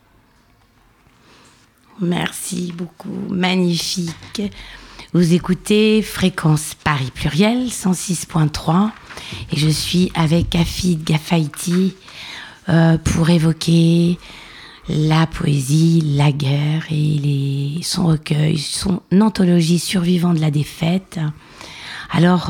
Merci beaucoup, magnifique. Vous écoutez Fréquence Paris Pluriel 106.3 et je suis avec Hafid Gafaïti pour évoquer la poésie, la guerre et son recueil, son anthologie Survivants de la défaite. Alors,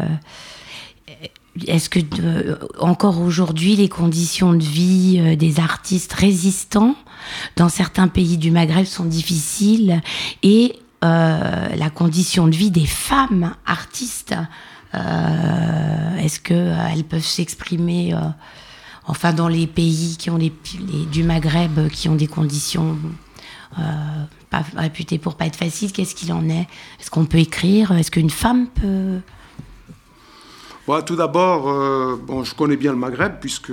est-ce que encore aujourd'hui les conditions de vie des artistes résistants dans certains pays du Maghreb sont difficiles et la condition de vie des femmes artistes, est-ce qu'elles peuvent s'exprimer enfin dans les pays qui ont du Maghreb qui ont des conditions pas réputées pour pas être faciles, qu'est-ce qu'il en est? Est-ce qu'on peut écrire? Est-ce qu'une femme peut... Bon, tout d'abord, je connais bien le Maghreb puisque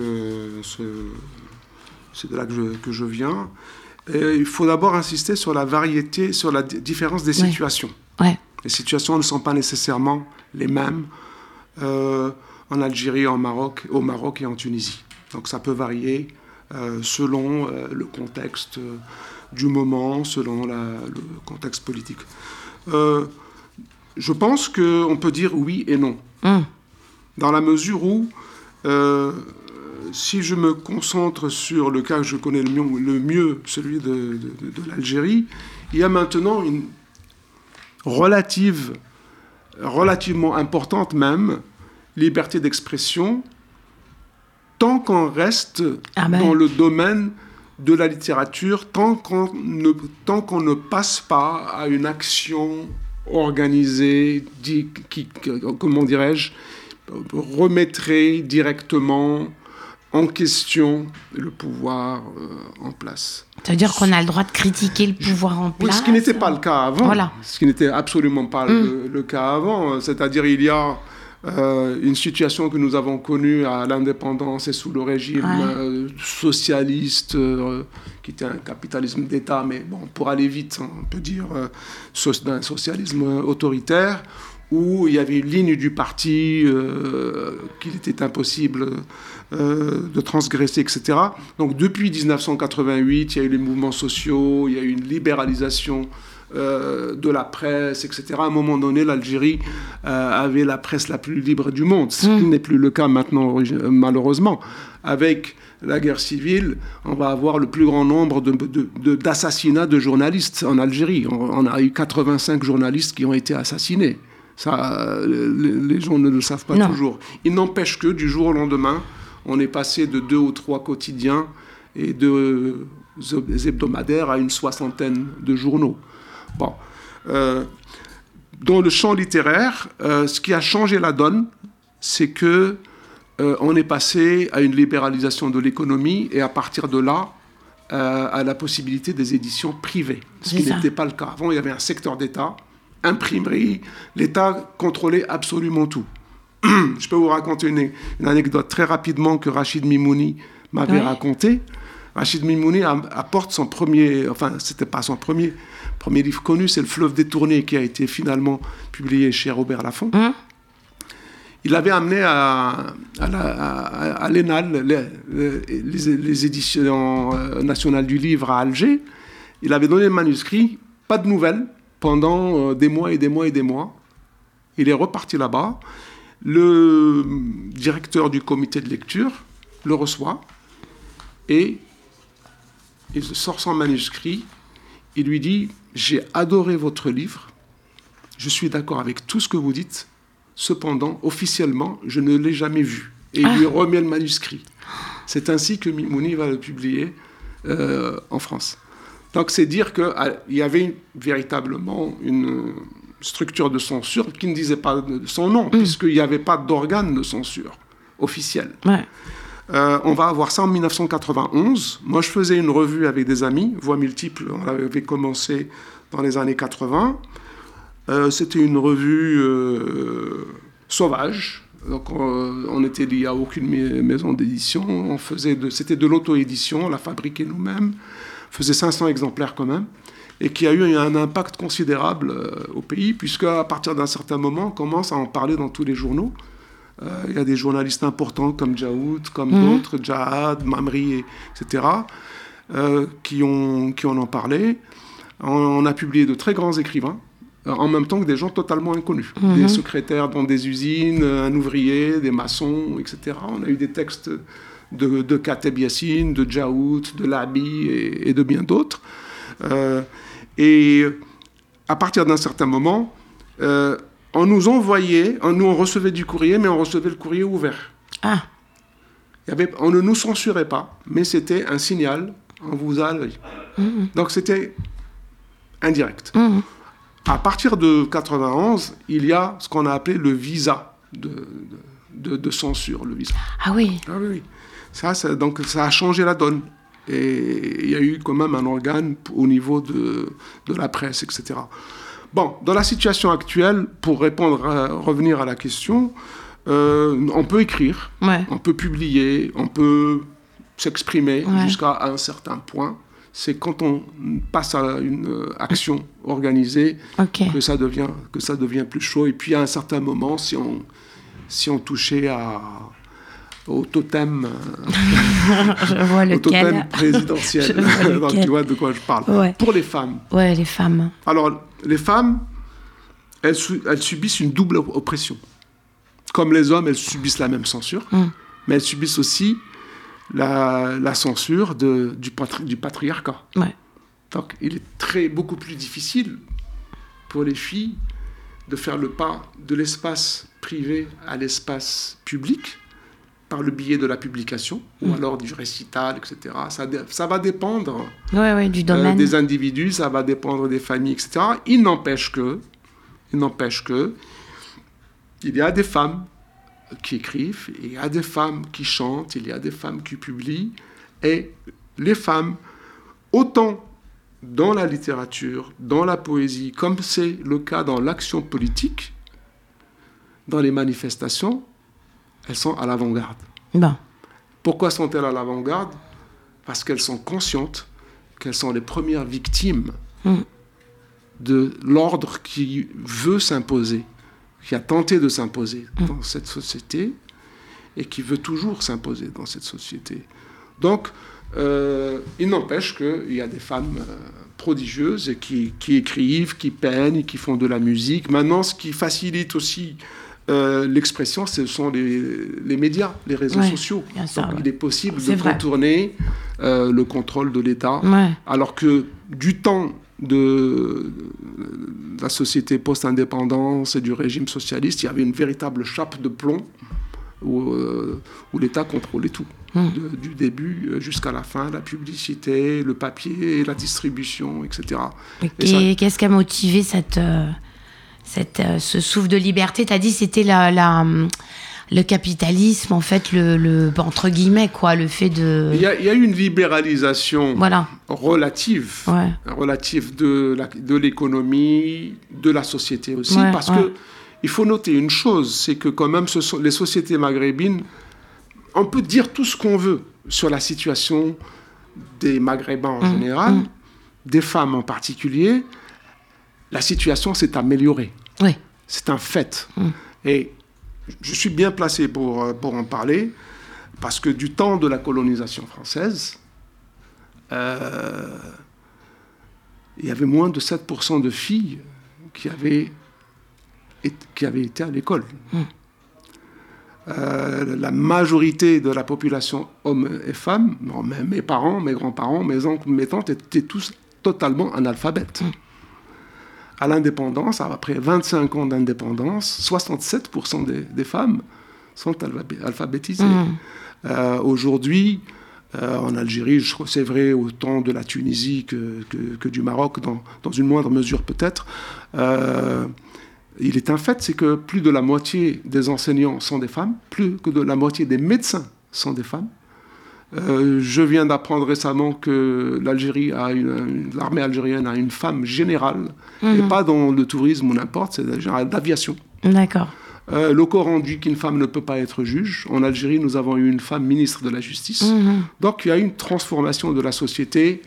c'est de là que je viens. Et il faut d'abord insister sur la variété, sur la différence des situations. Ouais. Les situations ne sont pas nécessairement les mêmes en Algérie, au Maroc et en Tunisie. Donc ça peut varier selon le contexte du moment, selon le contexte politique. Je pense qu'on peut dire oui et non. Dans la mesure où, si je me concentre sur le cas que je connais le mieux, celui de l'Algérie, il y a maintenant une relative relativement importante même, liberté d'expression, tant qu'on reste dans le domaine de la littérature, tant qu'on ne passe pas à une action organisée qui comment dirais-je, remettrait directement en question le pouvoir en place. C'est-à-dire qu'on a le droit de critiquer le pouvoir en place. Oui, ce qui n'était pas le cas avant. Voilà. Ce qui n'était absolument pas le cas avant. C'est-à-dire, il y a une situation que nous avons connue à l'indépendance et sous le régime socialiste, qui était un capitalisme d'État, mais bon, pour aller vite, on peut dire d'un socialisme autoritaire, où il y avait une ligne du parti qu'il était impossible de transgresser, etc. Donc depuis 1988, il y a eu les mouvements sociaux, il y a eu une libéralisation de la presse, etc. À un moment donné, l'Algérie avait la presse la plus libre du monde, ce qui n'est plus le cas maintenant, malheureusement. Avec la guerre civile, on va avoir le plus grand nombre d'assassinats de journalistes en Algérie. On a eu 85 journalistes qui ont été assassinés. Ça, les gens ne le savent pas toujours. Il n'empêche que du jour au lendemain, on est passé de 2 ou 3 quotidiens et 2 hebdomadaires à une 60aine de journaux. Bon. Dans le champ littéraire, ce qui a changé la donne, c'est que on est passé à une libéralisation de l'économie et à partir de là, à la possibilité des éditions privées. Ce qui n'était pas le cas. Avant, il y avait un secteur d'État, imprimerie, l'État contrôlait absolument tout. Je peux vous raconter une anecdote très rapidement que Rachid Mimouni m'avait racontée. Rachid Mimouni apporte son premier, enfin, c'était pas son premier livre connu, c'est Le Fleuve détourné, qui a été finalement publié chez Robert Laffont. Il avait amené à l'ENAL, les éditions nationales du livre à Alger. Il avait donné le manuscrit, pas de nouvelles, pendant des mois et des mois et des mois. Il est reparti là-bas. Le directeur du comité de lecture le reçoit et il sort son manuscrit. Il lui dit « J'ai adoré votre livre. Je suis d'accord avec tout ce que vous dites. Cependant, officiellement, je ne l'ai jamais vu. » Et il lui remet le manuscrit. C'est ainsi que Mimouni va le publier en France. Donc, c'est dire qu'il y avait véritablement une structure de censure qui ne disait pas son nom, puisqu'il n'y avait pas d'organe de censure officiel. On va avoir ça en 1991. Moi, je faisais une revue avec des amis, Voix multiples. On avait commencé dans les années 80. C'était une revue sauvage. Donc, on était lié à aucune maison d'édition. C'était de l'auto-édition, on la fabriquait nous-mêmes. On faisait 500 exemplaires quand même. Et qui a eu un impact considérable au pays, puisqu'à partir d'un certain moment, on commence à en parler dans tous les journaux. Il y a des journalistes importants comme Jaoud, comme d'autres, Jahad, Mamri, etc., qui en parlé. On a publié de très grands écrivains, en même temps que des gens totalement inconnus. Des secrétaires dans des usines, un ouvrier, des maçons, etc. On a eu des textes de Kateb Yassine, de Jaoud, de Labi et de bien d'autres. Et à partir d'un certain moment, on nous envoyait, nous on recevait du courrier, mais on recevait le courrier ouvert. On ne nous censurait pas, mais c'était un signal, on vous a à l'œil. Donc c'était indirect. À partir de 91, il y a ce qu'on a appelé le visa de censure, le visa. Ah oui. Ah oui. Donc ça a changé la donne. Et il y a eu quand même un organe au niveau de la presse, etc. Bon, dans la situation actuelle, pour revenir à la question, on peut écrire, on peut publier, on peut s'exprimer jusqu'à un certain point. C'est quand on passe à une action organisée que ça devient plus chaud. Et puis à un certain moment, si on touchait au totem, je vois lequel. Au totem présidentiel. Donc, tu vois de quoi je parle. Pour les femmes. Les femmes. Alors, les femmes, elles subissent une double oppression. Comme les hommes, elles subissent la même censure, mais elles subissent aussi la censure du patriarcat. Donc, il est beaucoup plus difficile pour les filles de faire le pas de l'espace privé à l'espace public par le biais de la publication ou alors du récital, etc. Ça va dépendre du domaine. Des individus, ça va dépendre des familles, etc. Il n'empêche que il y a des femmes qui écrivent, il y a des femmes qui chantent, il y a des femmes qui publient, et les femmes, autant dans la littérature, dans la poésie, comme c'est le cas dans l'action politique, dans les manifestations, elles sont à l'avant-garde. Bon. Pourquoi sont-elles à l'avant-garde ? Parce qu'elles sont conscientes qu'elles sont les premières victimes de l'ordre qui veut s'imposer, qui a tenté de s'imposer dans cette société et qui veut toujours s'imposer dans cette société. Donc, il n'empêche qu'il y a des femmes prodigieuses et qui écrivent, qui peignent, qui font de la musique. Maintenant, ce qui facilite aussi l'expression, ce sont les médias, les réseaux sociaux. Donc, il est possible de contourner le contrôle de l'État, alors que du temps de la société post-indépendance et du régime socialiste, il y avait une véritable chape de plomb où l'État contrôlait tout. Du début jusqu'à la fin, la publicité, le papier, la distribution, etc. Et qu'est-ce qui a motivé ce souffle de liberté ? Tu as dit que c'était le capitalisme, en fait, entre guillemets, quoi, le fait de... Il y a eu une libéralisation relative de l'économie, de la société aussi, parce que il faut noter une chose, c'est que quand même, les sociétés maghrébines, on peut dire tout ce qu'on veut sur la situation des Maghrébins en général, des femmes en particulier. La situation s'est améliorée. Oui. C'est un fait. Et je suis bien placé pour en parler, parce que du temps de la colonisation française, il y avait moins de 7% de filles qui avaient été à l'école. La majorité de la population, hommes et femmes, mes parents, mes grands-parents, mes oncles, mes tantes, étaient tous totalement analphabètes. À l'indépendance, après 25 ans d'indépendance, 67% des femmes sont alphabétisées. Aujourd'hui, en Algérie, je crois que c'est vrai autant de la Tunisie que du Maroc, dans une moindre mesure peut-être, il est un fait, c'est que plus de la moitié des enseignants sont des femmes, plus que de la moitié des médecins sont des femmes. Je viens d'apprendre récemment que l'armée algérienne a une femme générale, et pas dans le tourisme ou n'importe, c'est l'aviation. D'accord. Le Coran dit qu'une femme ne peut pas être juge. En Algérie, nous avons eu une femme ministre de la Justice. Donc, il y a une transformation de la société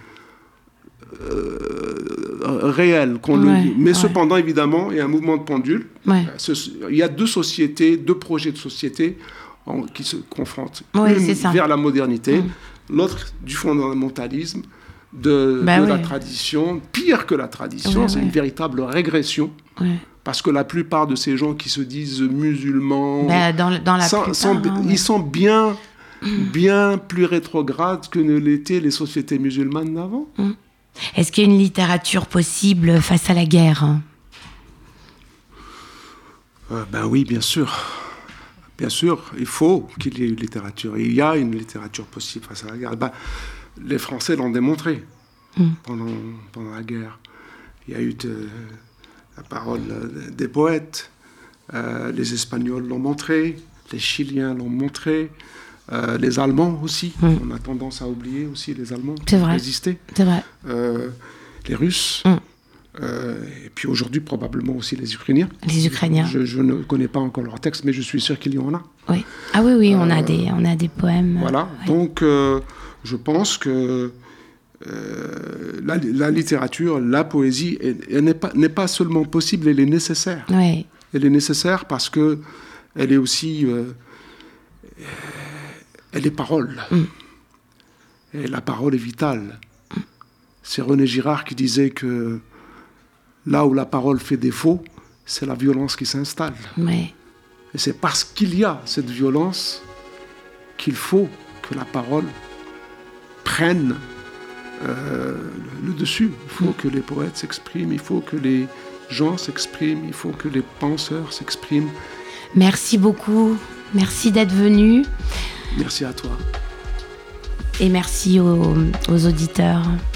réelle, qu'on le dit. Mais cependant, évidemment, il y a un mouvement de pendule. Il y a deux projets de société qui se confrontent. Une vers la modernité, l'autre du fondamentalisme, de la tradition. Pire que la tradition, c'est une véritable régression. Parce que la plupart de ces gens qui se disent musulmans, ils sont bien plus rétrogrades que ne l'étaient les sociétés musulmanes d'avant. Est-ce qu'il y a une littérature possible face à la guerre ? Oui, bien sûr. Bien sûr, il faut qu'il y ait une littérature. Il y a une littérature possible face à la guerre. Les Français l'ont démontré pendant la guerre. Il y a eu la parole des poètes. Les Espagnols l'ont montré. Les Chiliens l'ont montré. Les Allemands aussi. On a tendance à oublier aussi les Allemands qui ont résisté. C'est vrai. Les Russes. Et puis aujourd'hui, probablement aussi les Ukrainiens. Les Ukrainiens. Je ne connais pas encore leur texte, mais je suis sûr qu'il y en a. Oui. Ah oui, on a des poèmes. Voilà. Donc, je pense que la littérature, la poésie, n'est pas seulement possible, elle est nécessaire. Oui. Elle est nécessaire parce que elle est aussi... elle est parole. Et la parole est vitale. C'est René Girard qui disait que là où la parole fait défaut, c'est la violence qui s'installe. Oui. Et c'est parce qu'il y a cette violence qu'il faut que la parole prenne le dessus. Il faut que les poètes s'expriment, il faut que les gens s'expriment, il faut que les penseurs s'expriment. Merci beaucoup. Merci d'être venu. Merci à toi. Et merci aux auditeurs.